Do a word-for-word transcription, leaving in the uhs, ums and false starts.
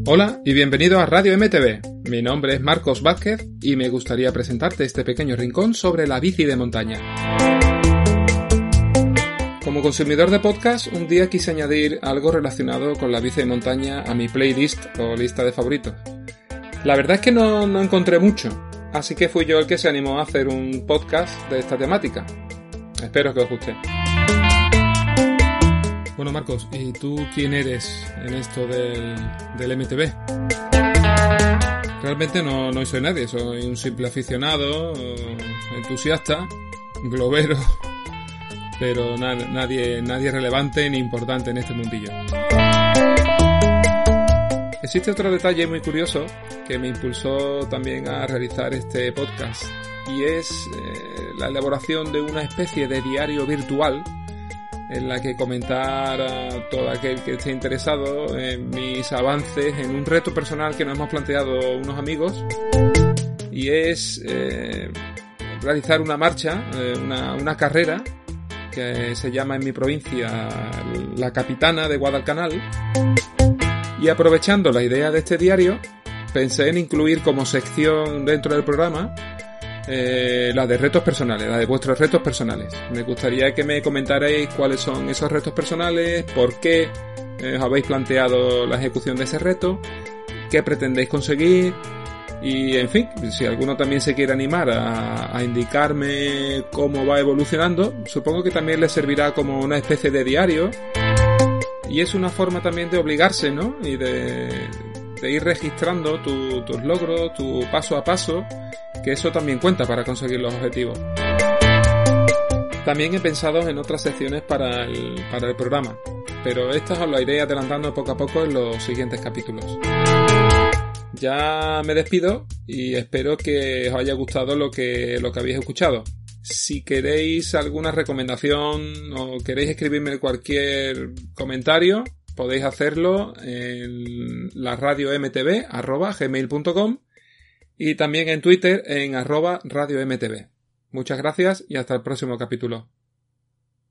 Hola y bienvenido a Radio M T V. Mi nombre es Marcos Vázquez y me gustaría presentarte este pequeño rincón sobre la bici de montaña. Como consumidor de podcast, un día quise añadir algo relacionado con la bici de montaña a mi playlist o lista de favoritos. La verdad es que no, no encontré mucho, así que fui yo el que se animó a hacer un podcast de esta temática. Espero que os guste. Bueno, Marcos, ¿y tú quién eres en esto del, del M T V? Realmente no, no soy nadie, soy un simple aficionado, entusiasta, globero, pero na- nadie, nadie relevante ni importante en este mundillo. Existe otro detalle muy curioso que me impulsó también a realizar este podcast, y es eh, la elaboración de una especie de diario virtual en la que comentar a todo aquel que esté interesado en mis avances en un reto personal que nos hemos planteado unos amigos, y es eh, realizar una marcha, eh, una, una carrera que se llama en mi provincia La Capitana de Guadalcanal. Y aprovechando la idea de este diario, pensé en incluir como sección dentro del programa Eh, la de retos personales, la de vuestros retos personales. Me gustaría que me comentarais cuáles son esos retos personales, por qué eh, os habéis planteado la ejecución de ese reto, qué pretendéis conseguir y, en fin, si alguno también se quiere animar a, a indicarme cómo va evolucionando, supongo que también les servirá como una especie de diario, y es una forma también de obligarse, ¿no? Y de, de ir registrando tu, tus logros, tu paso a paso, que eso también cuenta para conseguir los objetivos. También he pensado en otras secciones para el, para el programa, pero estas os las iré adelantando poco a poco en los siguientes capítulos. Ya me despido y espero que os haya gustado lo que, lo que habéis escuchado. Si queréis alguna recomendación o queréis escribirme cualquier comentario, podéis hacerlo en la radio m t v arroba gmail punto com y también en Twitter en arroba radio m t v. Muchas gracias y hasta el próximo capítulo.